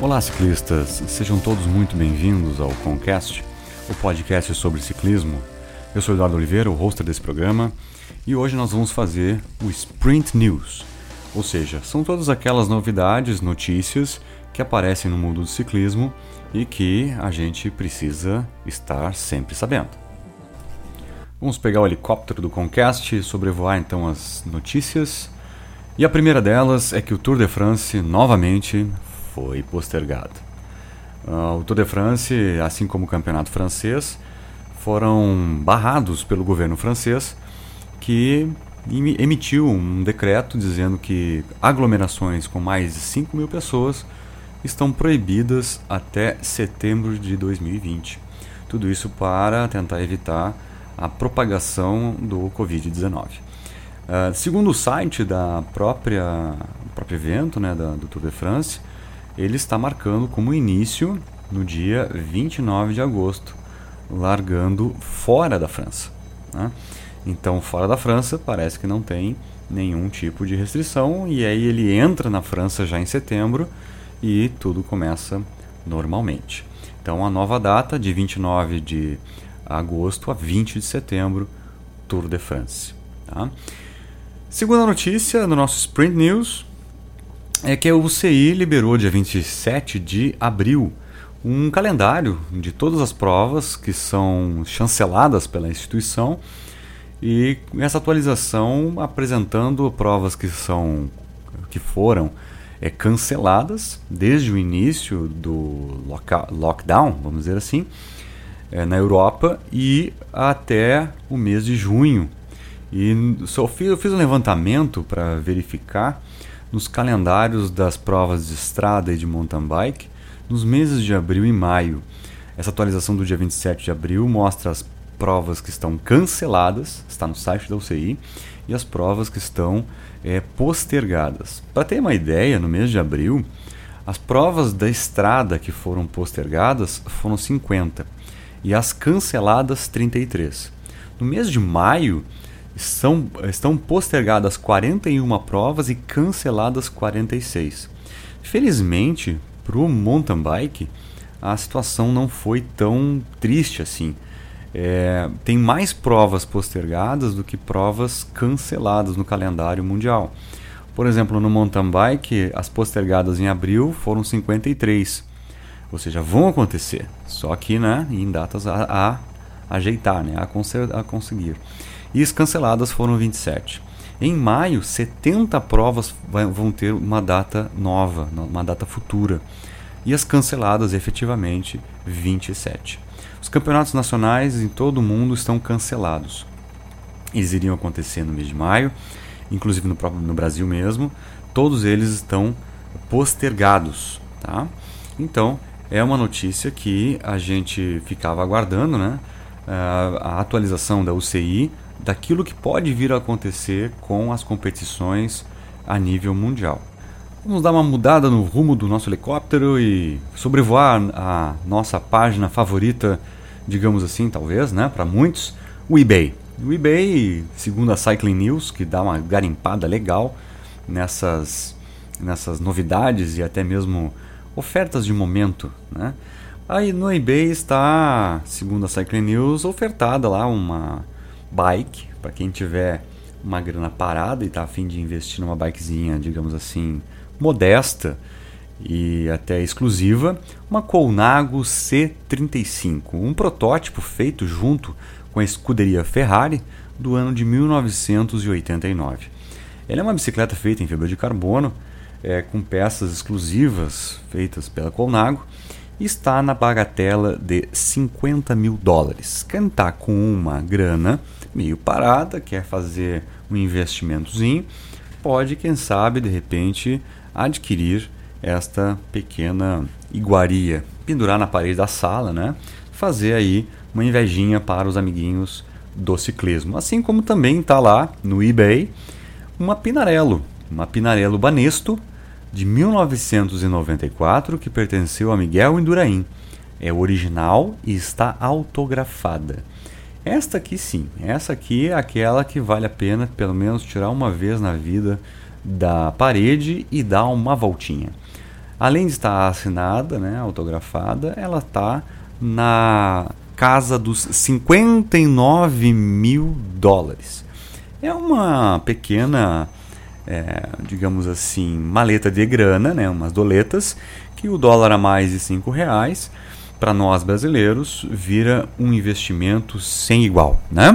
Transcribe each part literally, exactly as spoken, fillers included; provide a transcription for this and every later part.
Olá, ciclistas! Sejam todos muito bem-vindos ao Concast, o podcast sobre ciclismo. Eu sou Eduardo Oliveira, o host desse programa, e hoje nós vamos fazer o Sprint News, ou seja, são todas aquelas novidades, notícias que aparecem no mundo do ciclismo e que a gente precisa estar sempre sabendo. Vamos pegar o helicóptero do Concast e sobrevoar então as notícias. E a primeira delas é que o Tour de France novamente foi postergado. Uh, o Tour de France, assim como o campeonato francês, foram barrados pelo governo francês, que emitiu um decreto dizendo que aglomerações com mais de cinco mil pessoas estão proibidas até setembro de dois mil e vinte. Tudo isso para tentar evitar a propagação do covid dezenove. Uh, segundo o site da própria, do próprio evento, né, da, do Tour de France, ele está marcando como início no dia vinte e nove de agosto, largando fora da França, né? Então, fora da França, parece que não tem nenhum tipo de restrição, e aí ele entra na França já em setembro e tudo começa normalmente. Então, a nova data, de vinte e nove de agosto a vinte de setembro, Tour de France. Tá? Segunda notícia no nosso Sprint News é que a U C I liberou dia vinte e sete de abril um calendário de todas as provas que são chanceladas pela instituição, e essa atualização apresentando provas que são que foram é, canceladas desde o início do loca- lockdown, vamos dizer assim, é, na Europa e até o mês de junho. E só fiz, eu fiz um levantamento para verificar nos calendários das provas de estrada e de mountain bike nos meses de abril e maio. Essa atualização do dia vinte e sete de abril mostra as provas que estão canceladas, está no site da U C I, e as provas que estão é, postergadas. Para ter uma ideia, no mês de abril, as provas da estrada que foram postergadas foram cinquenta e as canceladas trinta e três. No mês de maio, Estão, estão postergadas quarenta e uma provas e canceladas quarenta e seis. Felizmente, para o mountain bike, a situação não foi tão triste assim. É, tem mais provas postergadas do que provas canceladas no calendário mundial. Por exemplo, no mountain bike, as postergadas em abril foram cinquenta e três. Ou seja, vão acontecer, só que, né, em datas a, a ajeitar, né, a, conser, a conseguir. E as canceladas foram vinte e sete. Em maio, setenta provas vão ter uma data nova, uma data futura. E as canceladas, efetivamente, vinte e sete. Os campeonatos nacionais em todo o mundo estão cancelados. Eles iriam acontecer no mês de maio, inclusive no, próprio, no Brasil mesmo. Todos eles estão postergados. Tá? Então, é uma notícia que a gente ficava aguardando, né? A atualização da U C I daquilo que pode vir a acontecer com as competições a nível mundial. Vamos dar uma mudada no rumo do nosso helicóptero e sobrevoar a nossa página favorita, digamos assim, talvez, né, para muitos, o eBay. O eBay, segundo a Cycling News, que dá uma garimpada legal nessas, nessas novidades e até mesmo ofertas de momento, né? Aí no eBay está, segundo a Cycling News, ofertada lá uma bike, para quem tiver uma grana parada e está a fim de investir numa bikezinha, digamos assim, modesta e até exclusiva, uma Colnago C trinta e cinco, um protótipo feito junto com a escuderia Ferrari do ano de mil novecentos e oitenta e nove. Ela é uma bicicleta feita em fibra de carbono, é, com peças exclusivas feitas pela Colnago, e está na bagatela de cinquenta mil dólares. Quem está com uma grana meio parada, quer fazer um investimentozinho, pode, quem sabe, de repente, adquirir esta pequena iguaria, pendurar na parede da sala, né? Fazer aí uma invejinha para os amiguinhos do ciclismo. Assim como também está lá no eBay uma Pinarello, uma Pinarello Banesto de mil novecentos e noventa e quatro, que pertenceu a Miguel Indurain. É original e está autografada. Esta aqui sim, essa aqui é aquela que vale a pena pelo menos tirar uma vez na vida da parede e dar uma voltinha. Além de estar assinada, né, autografada, ela está na casa dos cinquenta e nove mil dólares. É uma pequena, é, digamos assim, maleta de grana, né, umas doletas, que o dólar a mais de cinco reais, para nós brasileiros, vira um investimento sem igual, né?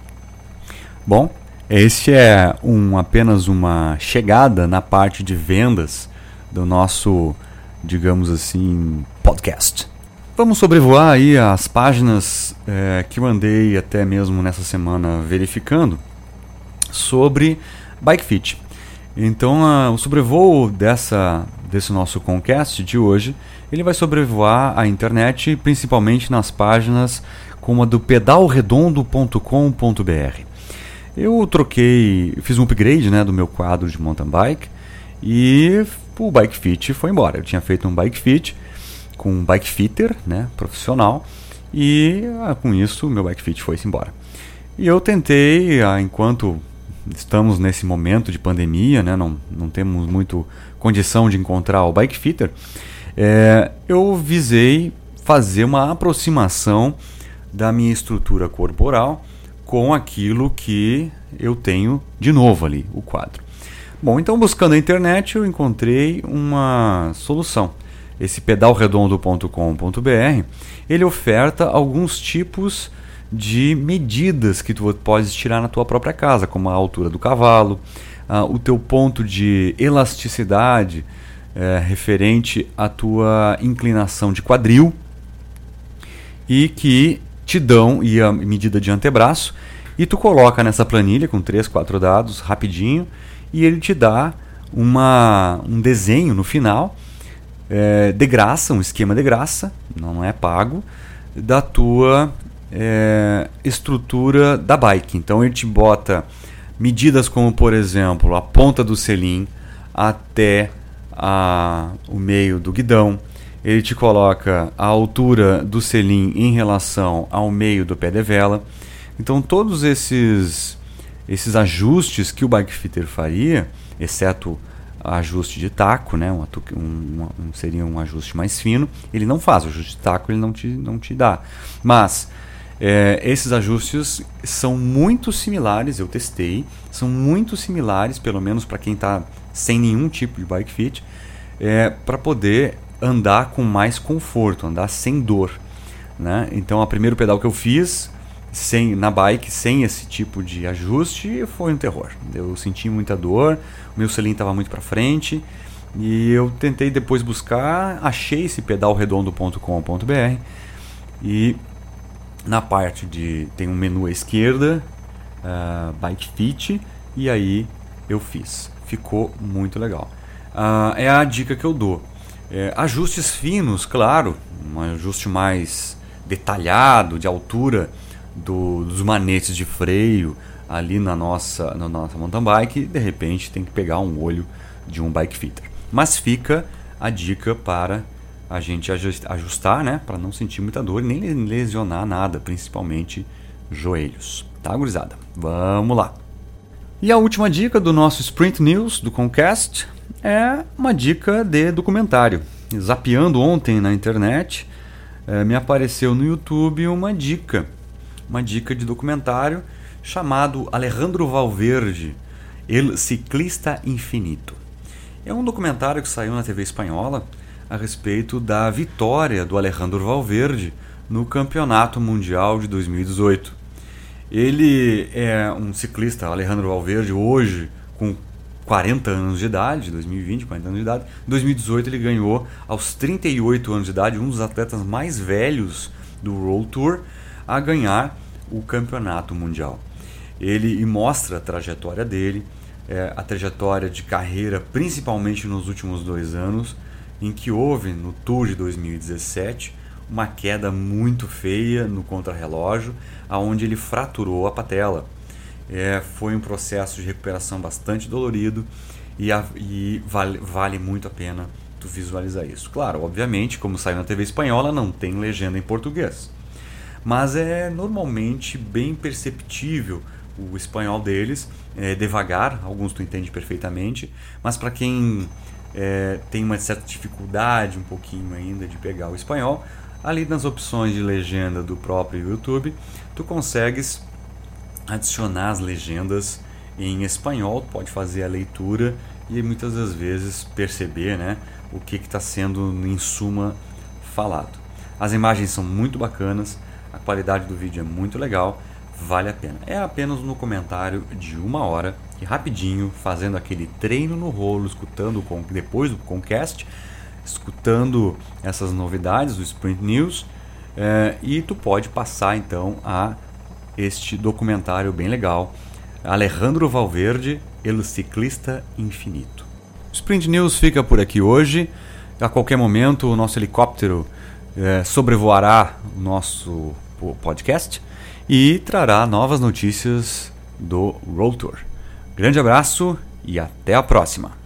Bom, este é um, apenas uma chegada na parte de vendas do nosso, digamos assim, podcast. Vamos sobrevoar aí as páginas é, que eu andei até mesmo nessa semana verificando sobre Bike Fit. Então, uh, o sobrevoo dessa, desse nosso Concast de hoje, ele vai sobrevoar a internet, principalmente nas páginas como a do pedal redondo ponto com ponto b r. Eu troquei, fiz um upgrade, né, do meu quadro de mountain bike e o Bike Fit foi embora. Eu tinha feito um Bike Fit com um Bike Fitter, né, profissional, e ah, com isso o meu Bike Fit foi embora. E eu tentei, ah, enquanto estamos nesse momento de pandemia, né, não, não temos muito condição de encontrar o Bike Fitter, é, eu visei fazer uma aproximação da minha estrutura corporal com aquilo que eu tenho de novo ali, o quadro. Bom, então buscando na internet eu encontrei uma solução. Esse pedal redondo ponto com ponto b r, ele oferta alguns tipos de medidas que tu pode tirar na tua própria casa, como a altura do cavalo, uh, o teu ponto de elasticidade uh, referente à tua inclinação de quadril, e que te dão, e a medida de antebraço, e tu coloca nessa planilha com três, quatro dados rapidinho, e ele te dá uma, um desenho no final, é, de graça, um esquema de graça, não é pago, da tua é, estrutura da bike. Então ele te bota medidas como, por exemplo, a ponta do selim até a, o meio do guidão. Ele te coloca a altura do selim em relação ao meio do pé de vela. Então todos esses, esses ajustes que o Bike Fitter faria, exceto ajuste de taco, né, um, um, um, seria um ajuste mais fino, ele não faz, o ajuste de taco ele não te, não te dá. Mas é, esses ajustes são muito similares, eu testei, são muito similares, pelo menos para quem está sem nenhum tipo de bike fit, é, para poder andar com mais conforto, andar sem dor, né? Então, o primeiro pedal que eu fiz sem, na bike, sem esse tipo de ajuste, foi um terror. Eu senti muita dor, o meu selim estava muito para frente, e eu tentei depois buscar, achei esse pedal redondo ponto com ponto b r, e na parte de, tem um menu à esquerda, uh, Bike Fit, e aí eu fiz. Ficou muito legal. Uh, é a dica que eu dou. É, ajustes finos, claro, um ajuste mais detalhado, de altura do, dos manetes de freio ali na nossa, na nossa mountain bike, de repente tem que pegar um olho de um Bike Fitter. Mas fica a dica para a gente ajustar, né, para não sentir muita dor e nem lesionar nada, principalmente joelhos. Tá, gurizada? Vamos lá! E a última dica do nosso Sprint News, do Concast, é uma dica de documentário. Zapeando ontem na internet, eh, me apareceu no YouTube uma dica, uma dica de documentário chamado Alejandro Valverde, El Ciclista Infinito. É um documentário que saiu na T V espanhola a respeito da vitória do Alejandro Valverde no Campeonato Mundial de dois mil e dezoito. Ele é um ciclista, Alejandro Valverde, hoje com quarenta anos de idade, dois mil e vinte, quarenta anos de idade. Em dois mil e dezoito ele ganhou aos trinta e oito anos de idade, um dos atletas mais velhos do World Tour a ganhar o Campeonato Mundial. Ele mostra a trajetória dele, é, a trajetória de carreira, principalmente nos últimos dois anos, em que houve no Tour de dois mil e dezessete uma queda muito feia no contrarrelógio, aonde ele fraturou a patela. É, foi um processo de recuperação bastante dolorido e, a, e vale, vale muito a pena tu visualizar isso. Claro, obviamente, como saiu na T V espanhola, não tem legenda em português, mas é normalmente bem perceptível o espanhol deles, é devagar, alguns tu entende perfeitamente, mas para quem é, tem uma certa dificuldade um pouquinho ainda de pegar o espanhol, ali nas opções de legenda do próprio YouTube, tu consegues adicionar as legendas em espanhol, tu pode fazer a leitura e muitas das vezes perceber, né, o que está sendo em suma falado. As imagens são muito bacanas, a qualidade do vídeo é muito legal, vale a pena. É apenas no comentário de uma hora, que rapidinho, fazendo aquele treino no rolo, escutando o, depois do Concast, escutando essas novidades do Sprint News, é, e tu pode passar então a este documentário bem legal, Alejandro Valverde, El Ciclista Infinito. O Sprint News fica por aqui hoje. A qualquer momento o nosso helicóptero é, sobrevoará o nosso podcast e trará novas notícias do Road Tour. Grande abraço e até a próxima!